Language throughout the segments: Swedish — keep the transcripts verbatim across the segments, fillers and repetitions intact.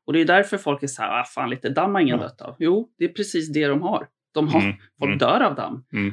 Och det är därför folk är så här, ah, fan lite damm har ingen ja. dött av. Jo, det är precis det de har. De har mm. folk mm. dör av damm. Mm.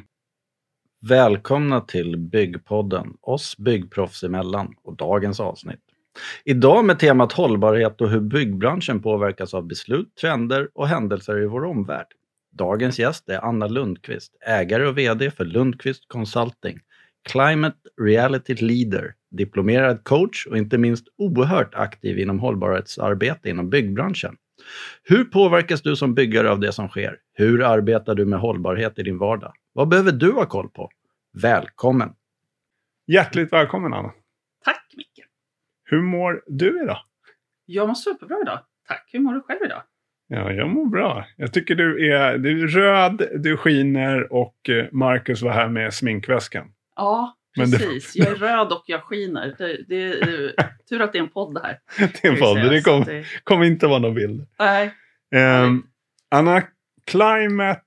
Välkomna till Byggpodden, oss byggproffs emellan och dagens avsnitt. Idag med temat hållbarhet och hur byggbranschen påverkas av beslut, trender och händelser i vår omvärld. Dagens gäst är Anna Lundqvist, ägare och vd för Lundqvist Consulting, Climate Reality Leader, diplomerad coach och inte minst oerhört aktiv inom hållbarhetsarbete inom byggbranschen. Hur påverkas du som byggare av det som sker? Hur arbetar du med hållbarhet i din vardag? Vad behöver du ha koll på? Välkommen! Hjärtligt välkommen, Anna. Tack, Micke. Hur mår du idag? Jag mår superbra idag. Tack. Hur mår du själv idag? Ja, jag mår bra. Jag tycker du är, du är röd, du skiner och Marcus var här med sminkväskan. Ja, precis. Det... Jag är röd och jag skiner. Det, det är tur att det är en podd här. Det är en podd. Det kommer det... kom inte vara någon bild. Nej. Um, Anna, Climate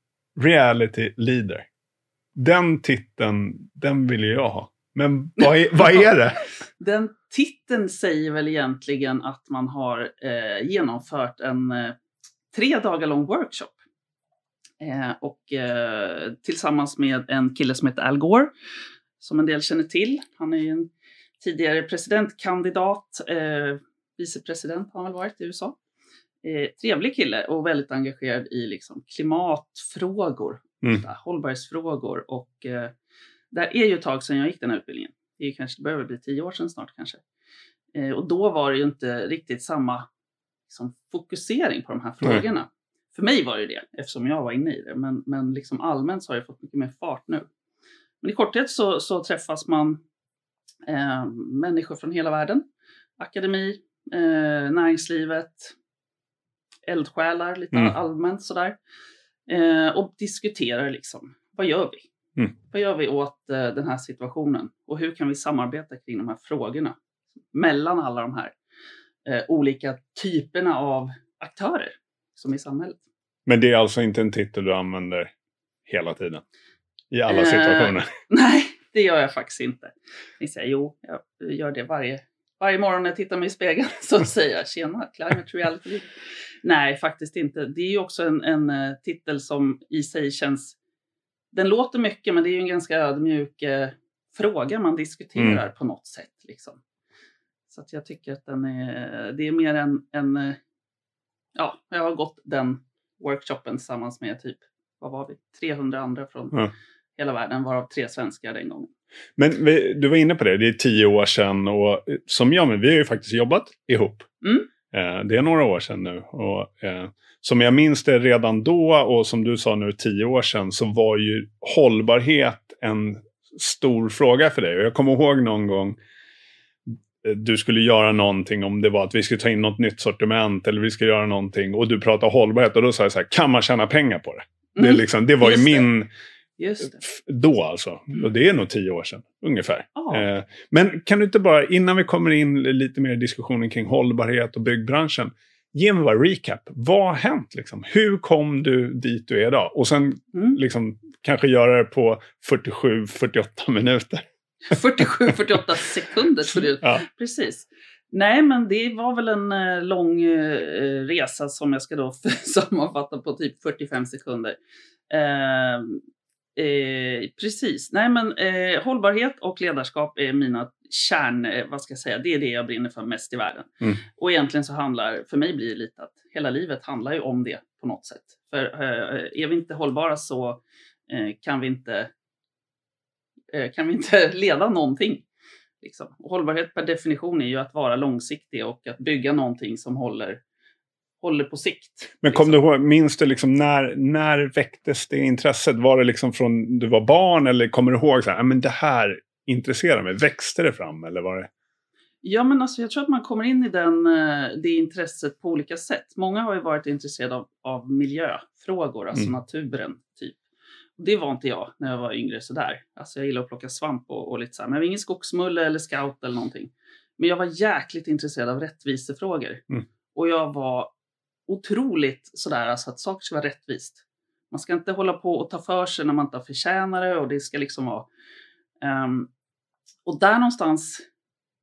Reality Leader. Den titeln, den vill jag ha. Men vad är, vad är det? Den titeln säger väl egentligen att man har eh, genomfört en eh, tre dagar lång workshop. Eh, och eh, tillsammans med en kille som heter Al Gore, som en del känner till. Han är ju en tidigare presidentkandidat, eh, vicepresident har han väl varit i U S A. Eh, trevlig kille och väldigt engagerad i liksom, klimatfrågor, mm. där, hållbarhetsfrågor. Och eh, där är ju ett tag sedan jag gick den här utbildningen. Det är kanske, det behöver bli tio år sedan snart kanske. Eh, och då var det ju inte riktigt samma liksom, fokusering på de här frågorna. Mm. För mig var det det, eftersom jag var inne i det. Men, men liksom allmänt så har det fått mycket mer fart nu. Men i korthet så, så träffas man eh, människor från hela världen. Akademi, eh, näringslivet, eldsjälar, lite mm. allmänt sådär. Eh, och diskuterar liksom, vad gör vi? Mm. Vad gör vi åt eh, den här situationen? Och hur kan vi samarbeta kring de här frågorna? Mellan alla de här eh, olika typerna av aktörer som i samhället. Men det är alltså inte en titel du använder hela tiden? I alla situationer? Eh, nej, det gör jag faktiskt inte. Ni säger, jo, jag gör det varje, varje morgon när jag tittar mig i spegeln. Så säger jag, tjena, Climate Reality. Nej, faktiskt inte. Det är ju också en, en uh, titel som i sig känns... Den låter mycket, men det är ju en ganska ödmjuk uh, fråga man diskuterar mm. på något sätt. Liksom. Så att jag tycker att den är, det är mer en... en uh, ja, jag har gått den workshopen tillsammans med typ, vad var vi? trehundra andra från mm. hela världen, varav tre svenskar den gången. Men vi, du var inne på det, det är tio år sedan och som jag, men vi har ju faktiskt jobbat ihop. Mm. Eh, det är några år sedan nu och eh, som jag minns det redan då och som du sa nu tio år sedan så var ju hållbarhet en stor fråga för dig. Och jag kommer ihåg någon gång du skulle göra någonting, om det var att vi skulle ta in något nytt sortiment eller vi skulle göra någonting och du pratade hållbarhet och då sa jag så här, kan man tjäna pengar på det? Mm. Det, är liksom, det var Just ju min det. Just det. Då alltså, och det är nog tio år sedan ungefär. Oh. Eh, men kan du inte bara, innan vi kommer in lite mer i diskussionen kring hållbarhet och byggbranschen, ge mig bara recap, vad har hänt liksom? Hur kom du dit du är idag? Och sen mm. liksom, kanske göra det på fyrtiosju fyrtioåtta minuter. fyrtiosju fyrtioåtta sekunder såg det ut. Ja. Precis. Nej, men det var väl en eh, lång eh, resa som jag ska då sammanfatta på typ fyrtiofem sekunder. Eh, eh, precis. Nej, men eh, hållbarhet och ledarskap är mina kärn, eh, vad ska jag säga, det är det jag brinner för mest i världen. Mm. Och egentligen så handlar, för mig blir det lite att hela livet handlar ju om det på något sätt. För eh, är vi inte hållbara så eh, kan vi inte kan vi inte leda någonting. Liksom. Och hållbarhet per definition är ju att vara långsiktig och att bygga någonting som håller, håller på sikt. Men kom liksom. Du ihåg, minns du liksom när, när väcktes det intresset? Var det liksom från du var barn eller kommer du ihåg så här, men det här intresserar mig? Växte det fram eller var det? Ja, men alltså jag tror att man kommer in i den, det intresset på olika sätt. Många har ju varit intresserade av, av miljöfrågor, alltså mm. naturen typ. Det var inte jag när jag var yngre sådär. Alltså jag gillar att plocka svamp och, och lite så här. Men jag var ingen skogsmulle eller scout eller någonting. Men jag var jäkligt intresserad av rättvisefrågor. Mm. Och jag var otroligt sådär alltså att saker ska vara rättvist. Man ska inte hålla på och ta för sig när man inte förtjänar det. Och det ska liksom vara... Um, och där någonstans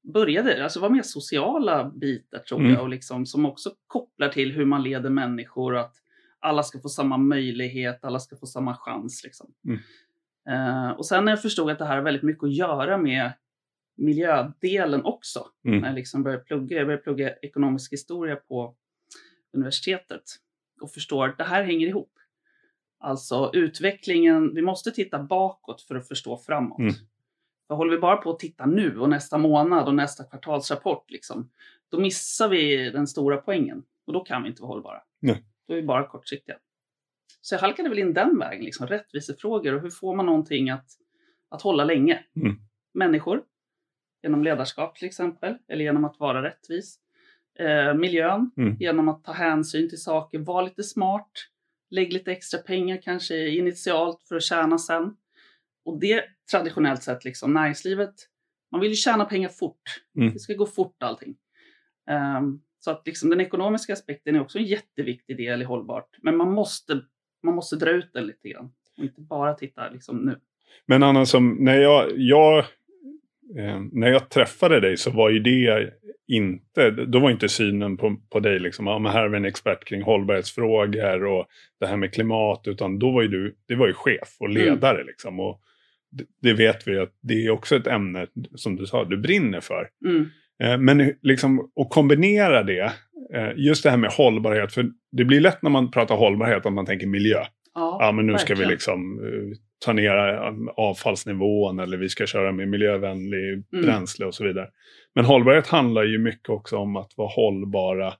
började, alltså var mer sociala bitar tror mm. jag, och liksom, som också kopplar till hur man leder människor och att alla ska få samma möjlighet, alla ska få samma chans liksom. Mm. Uh, och sen när jag förstod att det här har väldigt mycket att göra med miljödelen också, mm. när jag liksom började plugga, jag började plugga ekonomisk historia på universitetet och förstår att det här hänger ihop. Alltså utvecklingen, vi måste titta bakåt för att förstå framåt. Mm. För håller vi bara på att titta nu och nästa månad och nästa kvartalsrapport liksom, då missar vi den stora poängen och då kan vi inte vara hållbara. Nej. Då är vi bara kortsiktiga. Så jag halkade väl in den vägen, liksom, rättvisefrågor och hur får man någonting att, att hålla länge. Mm. Människor, genom ledarskap till exempel, eller genom att vara rättvis. Eh, miljön, mm. genom att ta hänsyn till saker, vara lite smart, lägg lite extra pengar kanske initialt för att tjäna sen. Och det traditionellt sett, liksom, näringslivet, man vill ju tjäna pengar fort. Mm. Det ska gå fort allting. Um, så att liksom, den ekonomiska aspekten är också en jätteviktig del i hållbart. Men man måste, man måste dra ut den lite grann. Och inte bara titta liksom, nu. Men Anna, som, när, jag, jag, eh, när jag träffade dig så var ju det inte, då var inte synen på, på dig liksom, ja, men här är vi en expert kring hållbarhetsfrågor och det här med klimat, utan då var ju du, det var ju chef och ledare mm. liksom, och det, det vet vi att det är också ett ämne som du sa, du brinner för. Mm. Eh, men liksom att kombinera det, eh, just det här med hållbarhet, för det blir lätt när man pratar hållbarhet om man tänker miljö. Ja, ja men nu verkligen. ska vi liksom uh, ta ner avfallsnivån eller vi ska köra med miljövänlig mm. bränsle och så vidare. Men hållbarhet handlar ju mycket också om att vara hållbara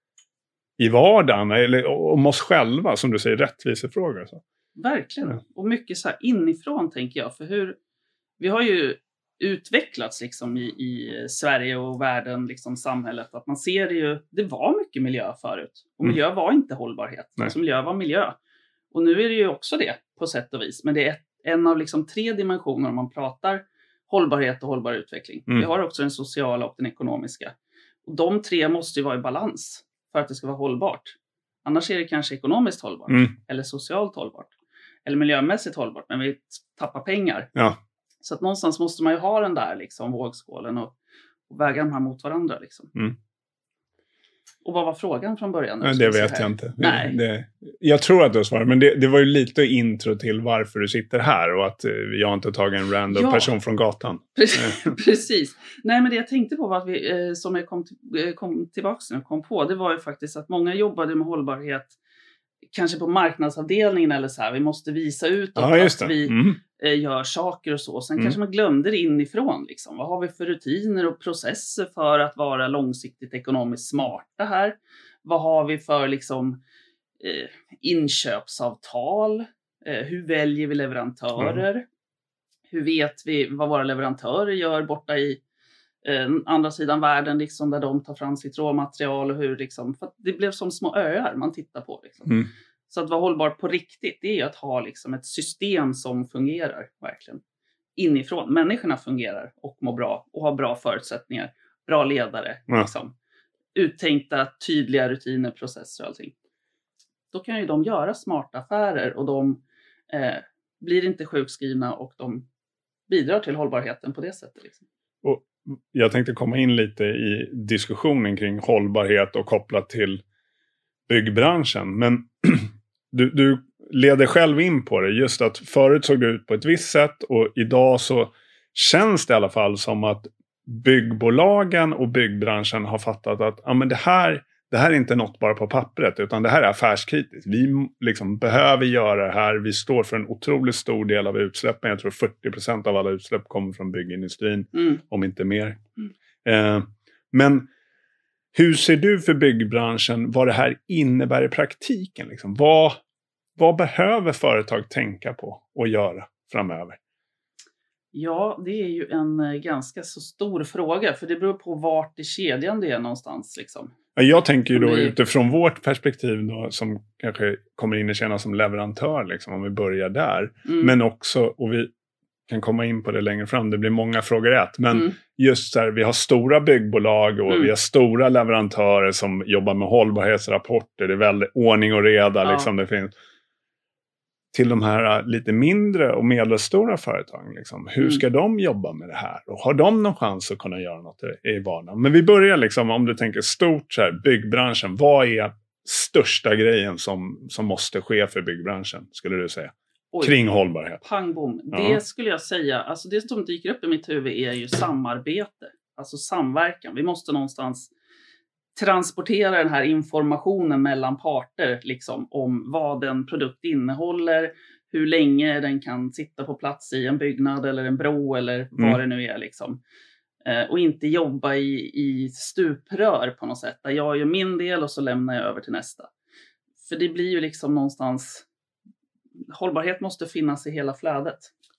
i vardagen eller om oss själva, som du säger, rättvisefrågor. Så. Verkligen, Ja. Och mycket så här inifrån tänker jag, för hur vi har ju utvecklats liksom i, i Sverige och världen, liksom samhället, att man ser det ju, det var mycket miljö förut och miljö mm. var inte hållbarhet, alltså miljö var miljö. Och nu är det ju också det på sätt och vis. Men det är ett, en av liksom tre dimensioner om man pratar hållbarhet och hållbar utveckling. Mm. Vi har också den sociala och den ekonomiska. Och de tre måste ju vara i balans för att det ska vara hållbart. Annars är det kanske ekonomiskt hållbart. Mm. Eller socialt hållbart. Eller miljömässigt hållbart. Men vi tappar pengar. Ja. Så att någonstans måste man ju ha den där liksom, vågskålen och, och väga de här mot varandra. Liksom. Mm. Och vad var frågan från början? Nej, det vet jag inte. Nej. Det, jag tror att du har svarat, men det, det var ju lite intro till varför du sitter här och att jag inte tagit en random ja. person från gatan. Precis. Precis. Nej, men det jag tänkte på var att vi, som jag kom, till, kom tillbaka och kom på, det var ju faktiskt att många jobbade med hållbarhet kanske på marknadsavdelningen eller så här. Vi måste visa ut ja, att vi mm. gör saker och så. Sen mm. kanske man glömde det inifrån. Liksom. Vad har vi för rutiner och processer för att vara långsiktigt ekonomiskt smarta här? Vad har vi för liksom, eh, inköpsavtal? Eh, hur väljer vi leverantörer? Mm. Hur vet vi vad våra leverantörer gör borta i eh, andra sidan världen, liksom, där de tar fram sitt råmaterial och hur liksom, för att det blev som små öar man tittar på. Liksom. Mm. Så att vara hållbar på riktigt, det är ju att ha liksom ett system som fungerar verkligen inifrån. Människorna fungerar och mår bra och har bra förutsättningar, bra ledare, ja. liksom. Uttänkta, tydliga rutiner, processer och allting. Då kan ju de göra smarta affärer och de eh, blir inte sjukskrivna och de bidrar till hållbarheten på det sättet. Liksom. Och jag tänkte komma in lite i diskussionen kring hållbarhet och kopplat till byggbranschen. Men du, du leder själv in på det. Just att förut såg det ut på ett visst sätt och idag så känns det i alla fall som att byggbolagen och byggbranschen har fattat att ja, men det, här, det här är inte något bara på pappret utan det här är affärskritiskt. Vi liksom behöver göra det här. Vi står för en otroligt stor del av utsläppen. Jag tror fyrtio procent av alla utsläpp kommer från byggindustrin, mm. om inte mer. Mm. Eh, men hur ser du för byggbranschen vad det här innebär i praktiken? Liksom? Vad, vad behöver företag tänka på och göra framöver? Ja, det är ju en ganska så stor fråga. För det beror på vart i kedjan det är någonstans. Liksom. Jag tänker ju då vi... utifrån vårt perspektiv då, som kanske kommer in och tjäna som leverantör. Liksom, om vi börjar där. Mm. Men också, och vi kan komma in på det längre fram. Det blir många frågor rätt. Men mm. just så här, vi har stora byggbolag och mm. vi har stora leverantörer som jobbar med hållbarhetsrapporter. Det är väldigt ordning och reda. Ja. Liksom, det finns. till de här lite mindre och medelstora företagen. Liksom. Hur Mm. ska de jobba med det här? Och har de någon chans att kunna göra något i, i vardagen? Men vi börjar liksom, om du tänker stort så här, byggbranschen. Vad är största grejen som, som måste ske för byggbranschen, skulle du säga? Oj. Kring hållbarhet. Pang bom. Ja. Det skulle jag säga, alltså det som dyker upp i mitt huvud är ju samarbete. Alltså samverkan. Vi måste någonstans transportera den här informationen mellan parter liksom, om vad en produkt innehåller, hur länge den kan sitta på plats i en byggnad eller en bro eller vad Mm. det nu är. Liksom. Eh, och inte jobba i, i stuprör på något sätt. Där jag gör min del och så lämnar jag över till nästa. För det blir ju liksom någonstans, hållbarhet måste finnas i hela flödet.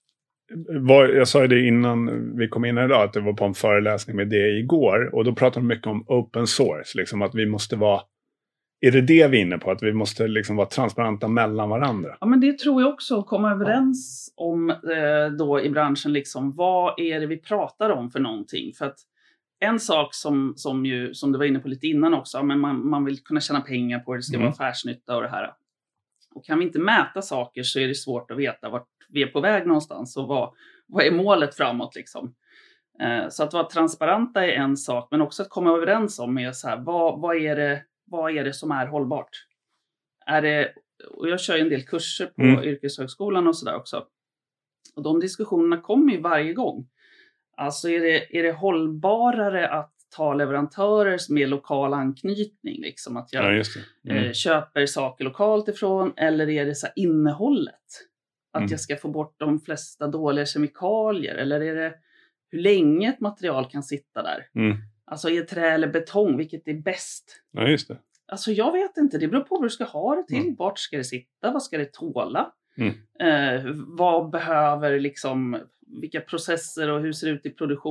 Var, jag sa det innan vi kom in idag, att det var på en föreläsning med det igår. Och då pratade de mycket om open source. Liksom att vi måste vara, är det det vi är inne på? Att vi måste liksom vara transparenta mellan varandra? Ja, men det tror jag också. Komma överens om eh, då i branschen. Liksom, vad är det vi pratar om för någonting? För att en sak som, som, ju, som du var inne på lite innan också. Men man, man vill kunna tjäna pengar på det. Det ska Mm. vara affärsnytta och det här. Och kan vi inte mäta saker så är det svårt att veta vart vi är på väg någonstans. Och vad, vad är målet framåt liksom. Eh, så att vara transparenta är en sak. Men också att komma överens om är så här, vad, vad, är det, vad är det som är hållbart? Är det, och jag kör ju en del kurser på Mm. yrkeshögskolan och sådär också. Och de diskussionerna kommer ju varje gång. Alltså är det, är det hållbarare att ta leverantörer med lokal anknytning? Liksom att jag Ja, just det. Mm. eh, köper saker lokalt ifrån. Eller är det så här innehållet? Att Mm. jag ska få bort de flesta dåliga kemikalier? Eller är det hur länge ett material kan sitta där? Mm. Alltså är trä eller betong, vilket är bäst? Ja, just det. Alltså jag vet inte, det beror på vad du ska ha det till. Mm. Vart ska det sitta? Vad ska det tåla? Mm. Eh, vad behöver liksom, vilka processer och hur ser det ut i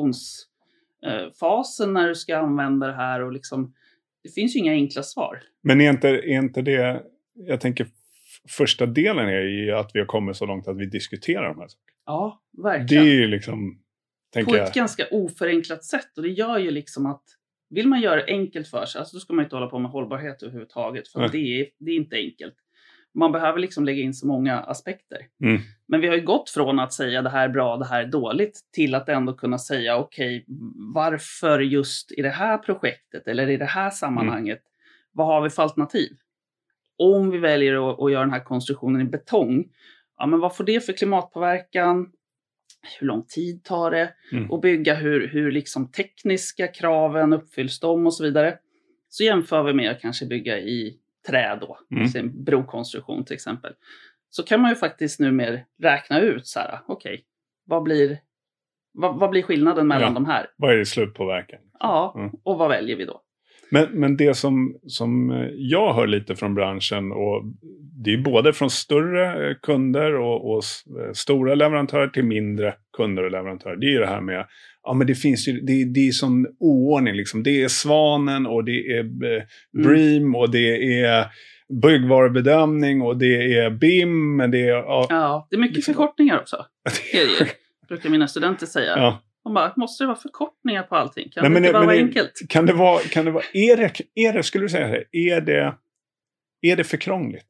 produktionsfasen när du ska använda det här? Och liksom, det finns ju inga enkla svar. Men är inte, är inte det, jag tänker f- första delen är ju att vi har kommit så långt att vi diskuterar de här sakerna. Ja, Det verkligen. är ju liksom, tänker På jag. ett ganska oförenklat sätt. Och det gör ju liksom att vill man göra det enkelt för sig, alltså då ska man inte hålla på med hållbarhet överhuvudtaget. För Nej. det är, det är inte enkelt. Man behöver liksom lägga in så många aspekter. Mm. Men vi har ju gått från att säga det här är bra, det här är dåligt, till att ändå kunna säga okej, okay, varför just i det här projektet eller i det här sammanhanget, mm. vad har vi för alternativ? Om vi väljer att, att göra den här konstruktionen i betong, ja men vad får det för klimatpåverkan? Hur lång tid tar det? Mm. Och bygga hur, hur liksom tekniska kraven uppfylls de och så vidare. Så jämför vi med att kanske bygga i trä då. Mm. Alltså en brokonstruktion till exempel. Så kan man ju faktiskt nu mer räkna ut så här, okej, okay, vad blir, vad, vad blir skillnaden mellan Ja. de här? Vad är det slutpåverkan? Ja, Mm. och vad väljer vi då? Men, men det som, som jag hör lite från branschen, och det är både från större kunder och, och stora leverantörer till mindre kunder och leverantörer. Det är ju det här med, ja men det finns ju, det, det är sån oordning liksom. Det är Svanen och det är eh, Bream mm. och det är byggvarubedömning och det är B I M. Men det är, ja, ja, det är mycket liksom förkortningar också. Det är det ju, brukar mina studenter säga. Ja. De bara, måste det vara förkortningar på allting? Kan Nej, det men, inte bara men, vara det, enkelt? Kan det vara, kan det vara, är det, är det, skulle du säga det, är det, är det för krångligt?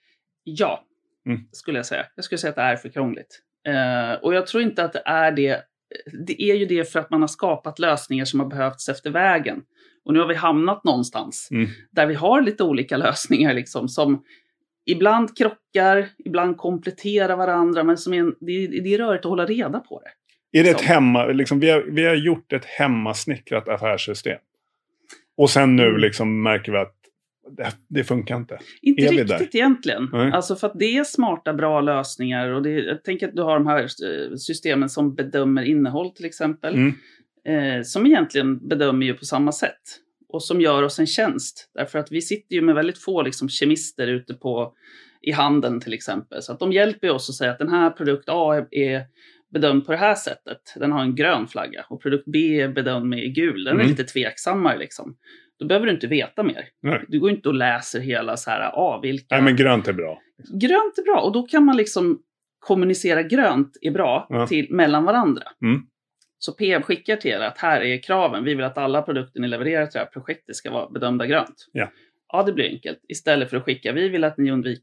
Ja, mm. skulle jag säga. Jag skulle säga att det är för krångligt. Uh, och jag tror inte att det är det. Det är ju det för att man har skapat lösningar som har behövts efter vägen. Och nu har vi hamnat någonstans mm. där vi har lite olika lösningar liksom, som ibland krockar, ibland kompletterar varandra, men som är en, det, är, det är rörigt att hålla reda på det. Är det ett hemma, liksom, vi, har, vi har gjort ett hemmasnickrat affärssystem. Och sen nu liksom märker vi att det, det funkar inte. Inte är riktigt egentligen. Nej. Alltså för att det är smarta, bra lösningar. Och det, jag tänker att du har de här systemen som bedömer innehåll till exempel. Mm. Eh, som egentligen bedömer ju på samma sätt. Och som gör oss en tjänst. Därför att vi sitter ju med väldigt få liksom, kemister ute på, i handeln till exempel. Så att de hjälper oss att säga att den här produkt A är bedömd på det här sättet. Den har en grön flagga. Och produkt B är bedömd med gul. Den är mm. lite tveksammare liksom. Då behöver du inte veta mer. Nej. Du går inte och läser hela så här, ah, vilka... Nej, men grönt är bra. Grönt är bra. Och då kan man liksom kommunicera grönt är bra ja. till, mellan varandra. Mm. Så P M skickar till er att här är kraven. Vi vill att alla produkter ni levererar till det här projektet ska vara bedömda grönt. Ja. Ja, det blir enkelt. Istället för att skicka, vi vill att ni undviker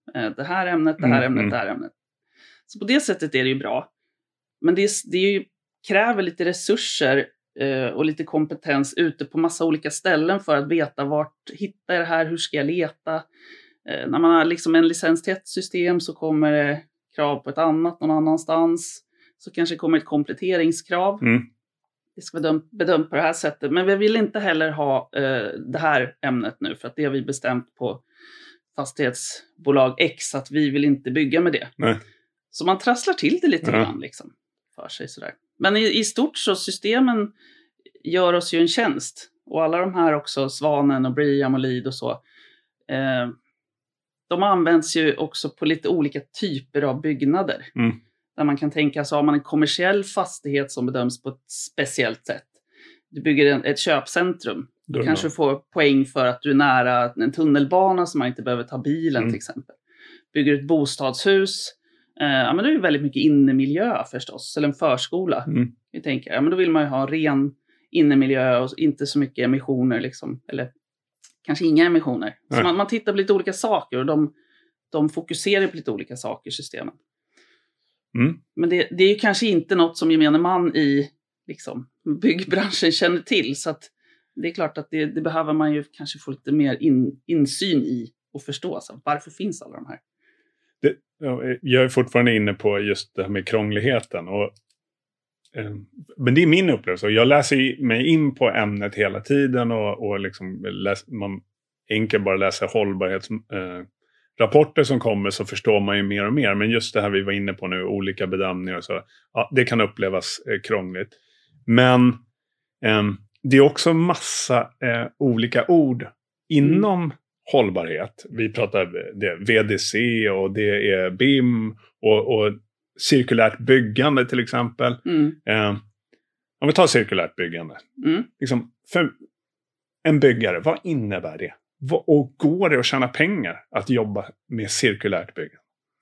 Eh, det här ämnet, det här Mm, ämnet, mm. det här ämnet. Så på det sättet är det ju bra. Men det, det är ju, kräver lite resurser eh, och lite kompetens ute på massa olika ställen för att veta vart hittar jag det här, hur ska jag leta. Eh, när man har liksom en licens till ett system så kommer det krav på ett annat någon annanstans. Så kanske det kommer ett kompletteringskrav. Mm. Det ska vara bedömt på det här sättet. Men vi vill inte heller ha eh, det här ämnet nu. För att det har vi bestämt på fastighetsbolag X. Att vi vill inte bygga med det. Nej. Så man trasslar till det lite Ja. grann liksom, för sig sådär. Men i, i stort så systemen gör oss ju en tjänst. Och alla de här också, Svanen och Briam och Lead och så. Eh, de används ju också på lite olika typer av byggnader. Mm. Där man kan tänka sig, har man en kommersiell fastighet som bedöms på ett speciellt sätt. Du bygger en, ett köpcentrum. Du kanske får poäng för att du är nära en tunnelbana så man inte behöver ta bilen Mm. till exempel. Bygger ett bostadshus. Eh, ja, men det är ju väldigt mycket innemiljö förstås. Eller en förskola. Mm. Jag tänker, ja, men då vill man ju ha ren innemiljö och inte så mycket emissioner. Liksom. Eller kanske inga emissioner. Så man, man tittar på lite olika saker och de, de fokuserar på lite olika saker i systemen. Mm. Men det, det är ju kanske inte något som gemene man i liksom, byggbranschen känner till. Så att det är klart att det, det behöver man ju kanske få lite mer in, insyn i och förstå. Så varför finns alla de här? Det, jag är fortfarande inne på just det här med krångligheten. Och, eh, men det är min upplevelse. Jag läser mig in på ämnet hela tiden. Och, och liksom läs, man enkelt bara läser hållbarhetsrapporter eh, rapporter som kommer så förstår man ju mer och mer. Men just det här vi var inne på nu, olika bedömningar och så. Ja, det kan upplevas eh, krångligt. Men eh, det är också massa eh, olika ord inom mm. hållbarhet. Vi pratar det V D C och det är B I M och, och cirkulärt byggande till exempel. Mm. Eh, om vi tar cirkulärt byggande. Mm. Liksom, för en byggare, vad innebär det? Och går det att tjäna pengar att jobba med cirkulärt byggande?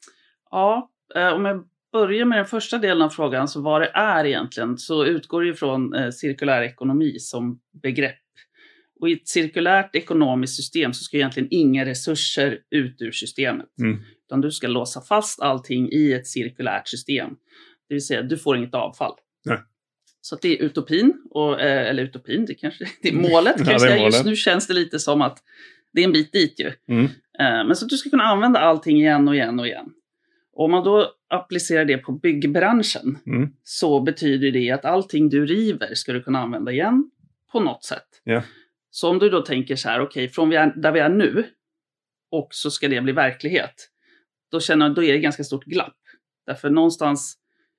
Ja, eh, om jag börjar med den första delen av frågan, så vad det är egentligen, så utgår det från eh, cirkulär ekonomi som begrepp. Och i ett cirkulärt ekonomiskt system så ska egentligen inga resurser ut ur systemet. Mm. Utan du ska låsa fast allting i ett cirkulärt system. Det vill säga, du får inget avfall. Nej. Så att det är utopin, och, eh, eller utopin, det kanske det är målet. Ja, kanske. det är målet. Just nu känns det lite som att det är en bit dit ju. Mm. Eh, men så att du ska kunna använda allting igen och igen och igen. Och om man då applicerar det på byggbranschen, Mm. så betyder det att allting du river ska du kunna använda igen på något sätt. Ja. Så om du då tänker så här, okej, okay, från vi är, där vi är nu och så ska det bli verklighet, då känner jag, då är det ganska stort glapp. Därför någonstans,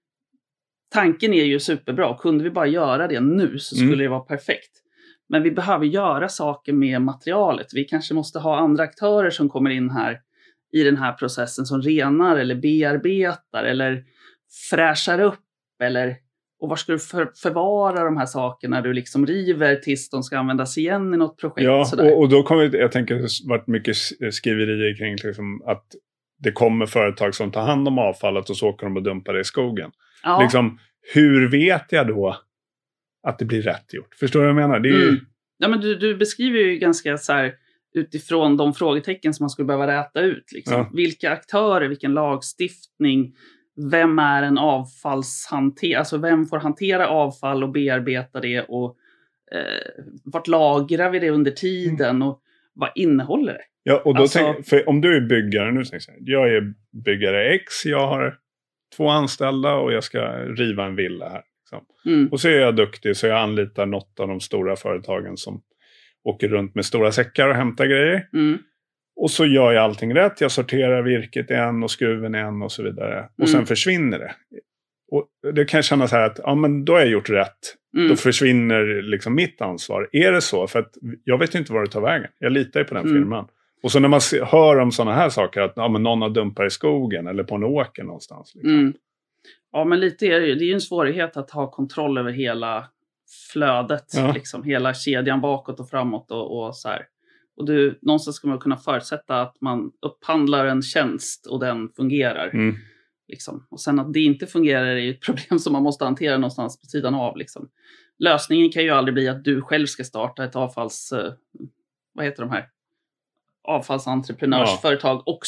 tanken är ju superbra. Kunde vi bara göra det nu så skulle mm. det vara perfekt. Men vi behöver göra saker med materialet. Vi kanske måste ha andra aktörer som kommer in här i den här processen som renar eller bearbetar eller fräschar upp. Eller, och var ska du för, förvara de här sakerna du liksom river tills de ska användas igen i något projekt? Ja, sådär. Och, och då kommer jag tänker det har varit mycket skriverier kring liksom att det kommer företag som tar hand om avfallet och så åker de och dumpar det i skogen. Ja. Liksom, hur vet jag då att det blir rätt gjort? Förstår du vad jag menar? Det är ju... mm. Ja, men du, du beskriver ju ganska så här utifrån de frågetecken som man skulle behöva räta ut. Liksom. Ja. Vilka aktörer, vilken lagstiftning, vem är en avfallshanterare, alltså vem får hantera avfall och bearbeta det och eh, vart lagrar vi det under tiden och vad innehåller det? Ja, och då alltså... tänk, för om du är byggare nu, tänker jag, jag är byggare X, jag har två anställda och jag ska riva en villa här. Liksom. Mm. Och så är jag duktig så jag anlitar något av de stora företagen som åker runt med stora säckar och hämtar grejer. Mm. Och så gör jag allting rätt. Jag sorterar virket en och skruven en och så vidare. Och Mm. sen försvinner det. Och det kan kännas här att ja, men då har jag gjort rätt. Mm. Då försvinner liksom mitt ansvar. Är det så? För att jag vet inte var det tar vägen. Jag litar ju på den Mm. firman. Och så när man hör om sådana här saker. Att ja, men någon har dumpat i skogen. Eller på en åker någonstans. Liksom. Mm. Ja, men lite är det ju. Det är ju en svårighet att ha kontroll över hela flödet. Ja. Liksom, hela kedjan bakåt och framåt och, och så här. Och du, någonstans ska man kunna förutsätta att man upphandlar en tjänst och den fungerar. Mm. Liksom. Och sen att det inte fungerar är ju ett problem som man måste hantera någonstans på sidan av. Liksom. Lösningen kan ju aldrig bli att du själv ska starta ett avfalls... Vad heter de här? Avfallsentreprenörsföretag ja. också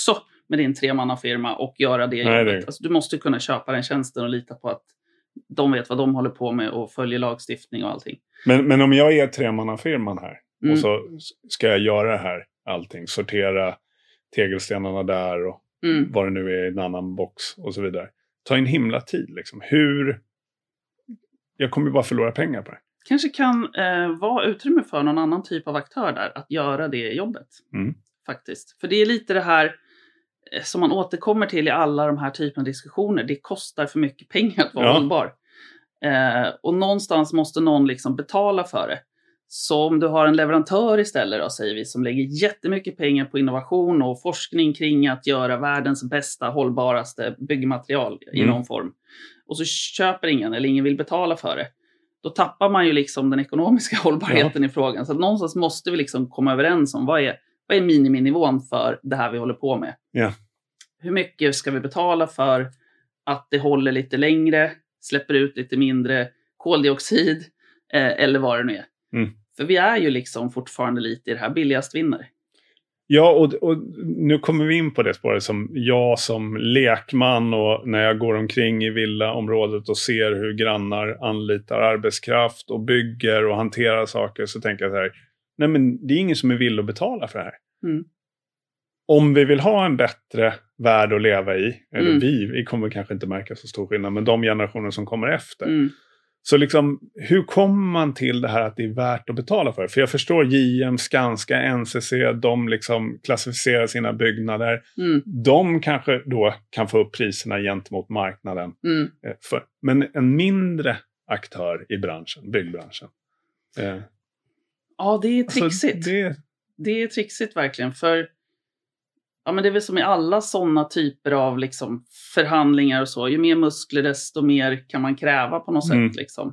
med din tremannafirma och göra det Nej, jobbet. det... Alltså, du måste kunna köpa den tjänsten och lita på att de vet vad de håller på med och följer lagstiftning och allting. Men, men om jag är tremannafirman här Mm. och så ska jag göra det här allting, sortera tegelstenarna där och Mm. vad det nu är i en annan box och så vidare. Ta en himla tid liksom. Hur... Jag kommer ju bara förlora pengar på det. Kanske kan eh, vara utrymme för någon annan typ av aktör där att göra det jobbet. Mm. Faktiskt. För det är lite det här eh, som man återkommer till i alla de här typerna av diskussioner. Det kostar för mycket pengar att vara Ja. hållbar. Eh, och någonstans måste någon liksom betala för det. Så om du har en leverantör istället då, säger vi, som lägger jättemycket pengar på innovation och forskning kring att göra världens bästa, hållbaraste byggmaterial i Mm. någon form. Och så köper ingen eller ingen vill betala för det. Då tappar man ju liksom den ekonomiska hållbarheten Ja. i frågan. Så att någonstans måste vi liksom komma överens om vad är, vad är miniminivån för det här vi håller på med. Ja. Hur mycket ska vi betala för att det håller lite längre, släpper ut lite mindre koldioxid eh, eller vad det nu är. Mm. För vi är ju liksom fortfarande lite i det här billigast vinner. Ja, och, och nu kommer vi in på det spåret som jag som lekman och när jag går omkring i villaområdet och ser hur grannar anlitar arbetskraft och bygger och hanterar saker, så tänker jag så här, nej men det är ingen som är villig att betala för det här. Mm. Om vi vill ha en bättre värld att leva i, eller Mm. vi, vi kommer kanske inte märka så stor skillnad, men de generationer som kommer efter. Mm. Så liksom, hur kommer man till det här att det är värt att betala för? För jag förstår J M, Skanska, N C C, de liksom klassificerar sina byggnader. Mm. De kanske då kan få upp priserna gentemot marknaden. Mm. Eh, För, men en mindre aktör i branschen, byggbranschen. Eh, Ja, det är alltså, trixigt. det, Det är trixigt verkligen, för ja, men det är väl som i alla sådana typer av liksom förhandlingar och så. Ju mer muskler desto mer kan man kräva på något Mm. sätt. Liksom.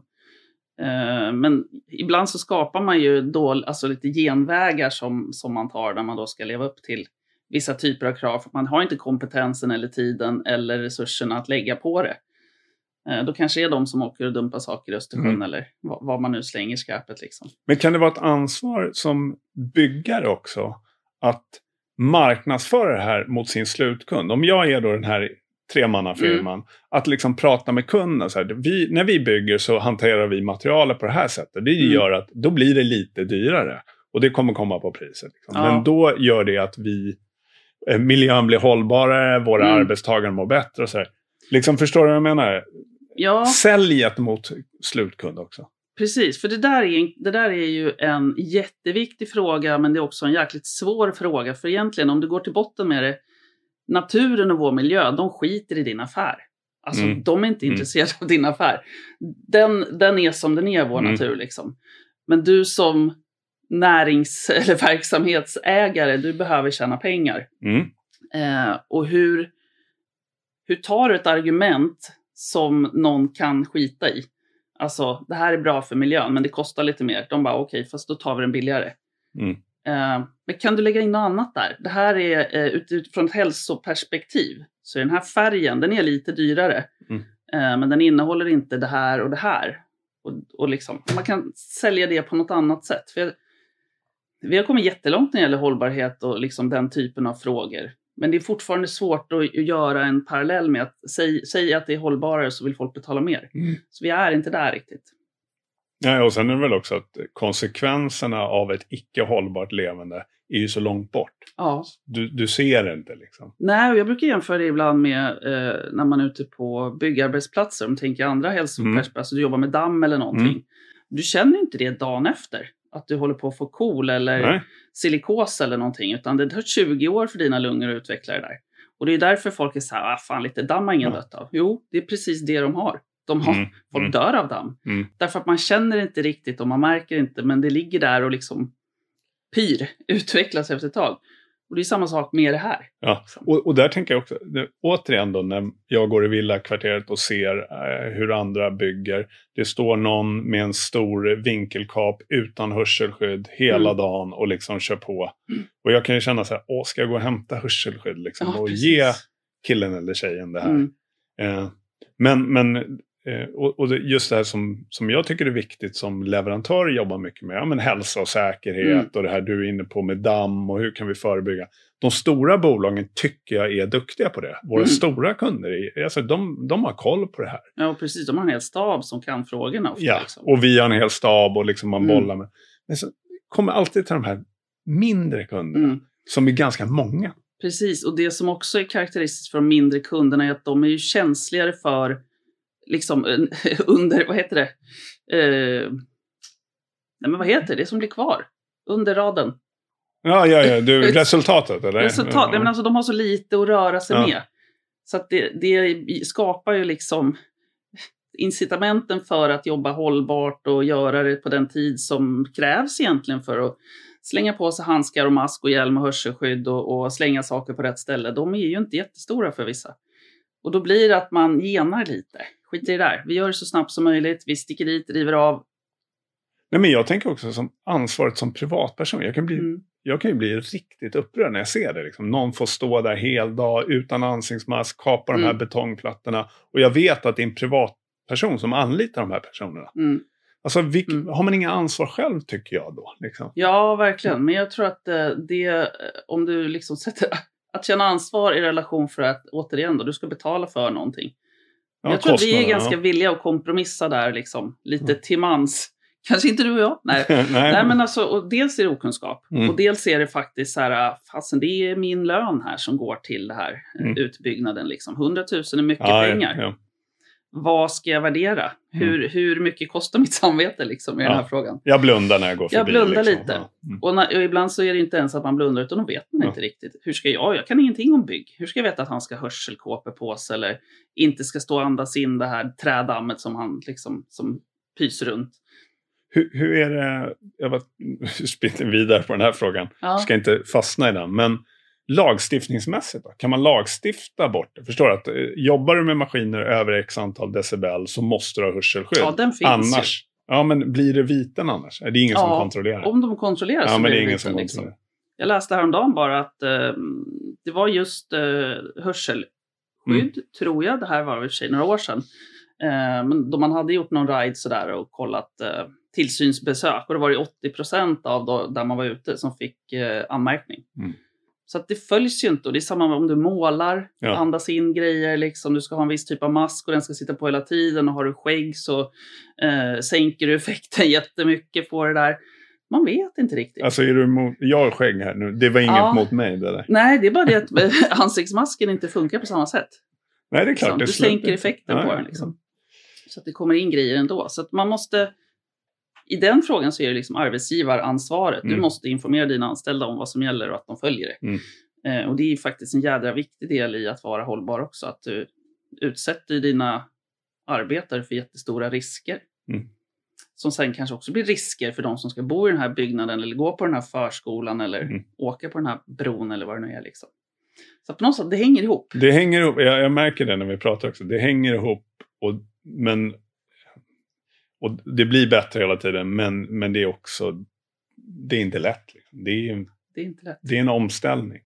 Eh, men ibland så skapar man ju då, alltså lite genvägar som, som man tar när man då ska leva upp till vissa typer av krav. För man har inte kompetensen eller tiden eller resurserna att lägga på det. Eh, då kanske det är de som åker och dumpar saker i Östersjön Mm. eller vad, vad man nu slänger skräpet. Liksom. men kan det vara ett ansvar som byggare också att marknadsföra det här mot sin slutkund? Om jag är då den här tremannafirman, mm. att liksom prata med kunden så här, vi, när vi bygger så hanterar vi materialet på det här sättet. Det Mm. gör att då blir det lite dyrare och det kommer komma på priset. Liksom. Ja. Men då gör det att vi eh, miljön blir hållbarare, våra Mm. arbetstagare mår bättre och så här. Liksom, förstår du vad jag menar? Ja. Säljet mot slutkund också. Precis, för det där, är, det där är ju en jätteviktig fråga, men det är också en jäkligt svår fråga. För egentligen, om du går till botten med det, naturen och vår miljö, de skiter i din affär. Alltså, Mm. de är inte Mm. intresserade av din affär. Den, den är som den är, vår Mm. natur. Liksom. Men du som närings- eller verksamhetsägare, du behöver tjäna pengar. Mm. Eh, och hur, hur tar du ett argument som någon kan skita i? Alltså, det här är bra för miljön, men det kostar lite mer. De bara, okej, okay, fast då tar vi den billigare. Mm. Uh, men kan du lägga in något annat där? Det här är uh, utifrån ett hälsoperspektiv. Så den här färgen, den är lite dyrare. Mm. Uh, men den innehåller inte det här och det här. Och, och liksom, man kan sälja det på något annat sätt. För jag, vi har kommit jättelångt när det gäller hållbarhet och liksom den typen av frågor. Men det är fortfarande svårt att göra en parallell med att säga, säga att det är hållbarare så vill folk betala mer. Mm. Så vi är inte där riktigt. Ja, och sen är det väl också att konsekvenserna av ett icke hållbart levande är ju så långt bort. Ja. Du, du ser det inte liksom. Nej, och jag brukar jämföra det ibland med eh, när man är ute på byggarbetsplatser. Om du tänker andra hälsoperspektiv, Mm. alltså du jobbar med damm eller någonting. Mm. Du känner inte det dagen efter. Att du håller på att få KOL eller Nej. silikos eller någonting. Utan det tar tjugo år för dina lungor att utveckla det där. Och det är därför folk är så här, ah, fan lite damm har ingen Ja. dött av. Jo, det är precis det de har. De har Mm. folk Mm. dör av damm. Mm. Därför att man känner inte riktigt och man märker inte. Men det ligger där och liksom pyr, utvecklas efter ett tag. Och det är samma sak med det här. Ja, och, och där tänker jag också, det, återigen då när jag går i villakvarteret och ser eh, hur andra bygger. Det står någon med en stor vinkelkap utan hörselskydd hela Mm. dagen och liksom kör på. Mm. Och jag kan ju känna så här, åh, ska jag gå och hämta hörselskydd liksom, Ja, och precis. ge killen eller tjejen det här. Mm. Eh, men men eh, och, och det, just det här som, som jag tycker är viktigt som leverantör jobbar mycket med. Ja, men hälsa och säkerhet mm. och det här du är inne på med damm och hur kan vi förebygga. De stora bolagen tycker jag är duktiga på det. Våra mm. stora kunder, alltså, de, de har koll på det här. Ja, precis. De har en hel stab som kan frågorna. Ofta, ja, liksom. Och vi har en hel stab och liksom man mm. bollar med. Men så kommer alltid till de här mindre kunderna mm. som är ganska många. Precis, och det som också är karaktäristiskt för de mindre kunderna är att de är ju känsligare för liksom under, vad heter det? Eh, nej men vad heter det? Det som blir kvar? Under raden. Ja, ja, ja. Du, resultatet eller? Resultat, ja. nej, men alltså de har så lite att röra sig ja. med. Så att det, det skapar ju liksom incitamenten för att jobba hållbart och göra det på den tid som krävs egentligen för att slänga på sig handskar och mask och hjälm och hörselskydd och, och slänga saker på rätt ställe. De är ju inte jättestora för vissa. Och då blir det att man genar lite. Skit i det där. Vi gör det så snabbt som möjligt. Vi sticker dit, river av. Nej, men jag tänker också som ansvaret som privatperson. Jag kan, bli, mm. jag kan ju bli riktigt upprörd när jag ser det. Liksom. Någon får stå där hel dag utan ansiktsmask, kapa de här mm. betongplattorna. Och jag vet att det är en privatperson som anlitar de här personerna. Mm. Alltså, vi, mm. har man inga ansvar själv tycker jag då? Liksom? Ja, verkligen. Men jag tror att det, om du liksom sätter att känna ansvar i relation för att, återigen då, du ska betala för någonting. Ja, jag tror att vi är ganska ja. villiga att kompromissa där liksom, lite mm. till mans. Kanske inte du och jag. Nej, Nej. Nej men alltså, och dels är det okunskap. Mm. Och dels är det faktiskt så här, fasen det är min lön här som går till det här mm. utbyggnaden liksom. hundratusen är mycket ja, pengar. Ja, ja. Vad ska jag värdera? Mm. Hur, hur mycket kostar mitt samvete liksom, i ja. den här frågan? Jag blundar när jag går förbi. Jag blundar liksom. lite. Ja. Mm. Och, när, och ibland så är det inte ens att man blundar utan då vet man ja. inte riktigt. Hur ska jag? Jag kan ingenting om bygg. Hur ska jag veta att han ska hörselkåpor på sig eller inte ska stå och andas in det här trädammet som han liksom som pyser runt? Hur, hur är det? Jag var spinner vidare på den här frågan. Ja. Ska inte fastna i den. Men lagstiftningsmässigt då? Kan man lagstifta bort det? Förstår du att eh, jobbar du med maskiner över x antal decibel så måste du ha hörselskydd. Ja, den finns annars, ju. Ja, men blir det viten annars? Är det ingen ja, som kontrollerar? Om de kontrollerar ja, så men blir det det ingen viten, som liksom. kontrollerar. Jag läste häromdagen bara att eh, det var just eh, hörselskydd, mm. tror jag. Det här var i och för sig några år sedan. Eh, men då man hade gjort någon ride sådär och kollat eh, tillsynsbesök. Och det var det åttio procent av då, där man var ute som fick eh, anmärkning. Mm. Så att det följs ju inte. Och det är samma om du målar, ja. andas in grejer. Liksom. Du ska ha en viss typ av mask och den ska sitta på hela tiden. Och har du skägg så eh, sänker du effekten jättemycket på det där. Man vet inte riktigt. Alltså är du emot, jag har skägg här nu. Det var inget ja. mot mig det där. Nej, det är bara det att ansiktsmasken inte funkar på samma sätt. Nej, det är klart. Så, det du sänker effekten ja, på den liksom. Så att det kommer in grejer ändå. Så att man måste, i den frågan så är det liksom arbetsgivaransvaret. Mm. Du måste informera dina anställda om vad som gäller och att de följer det. Mm. Eh, och det är faktiskt en jädra viktig del i att vara hållbar också. Att du utsätter dina arbetare för jättestora risker. Mm. Som sen kanske också blir risker för de som ska bo i den här byggnaden eller gå på den här förskolan eller mm. åka på den här bron eller vad det nu är liksom. Så på något sätt, det hänger ihop. Det hänger ihop, jag, jag märker det när vi pratar också. Det hänger ihop, och, men och det blir bättre hela tiden, men, men det är också, det är inte lätt. Liksom. Det, är, det är inte lätt. Det är en omställning.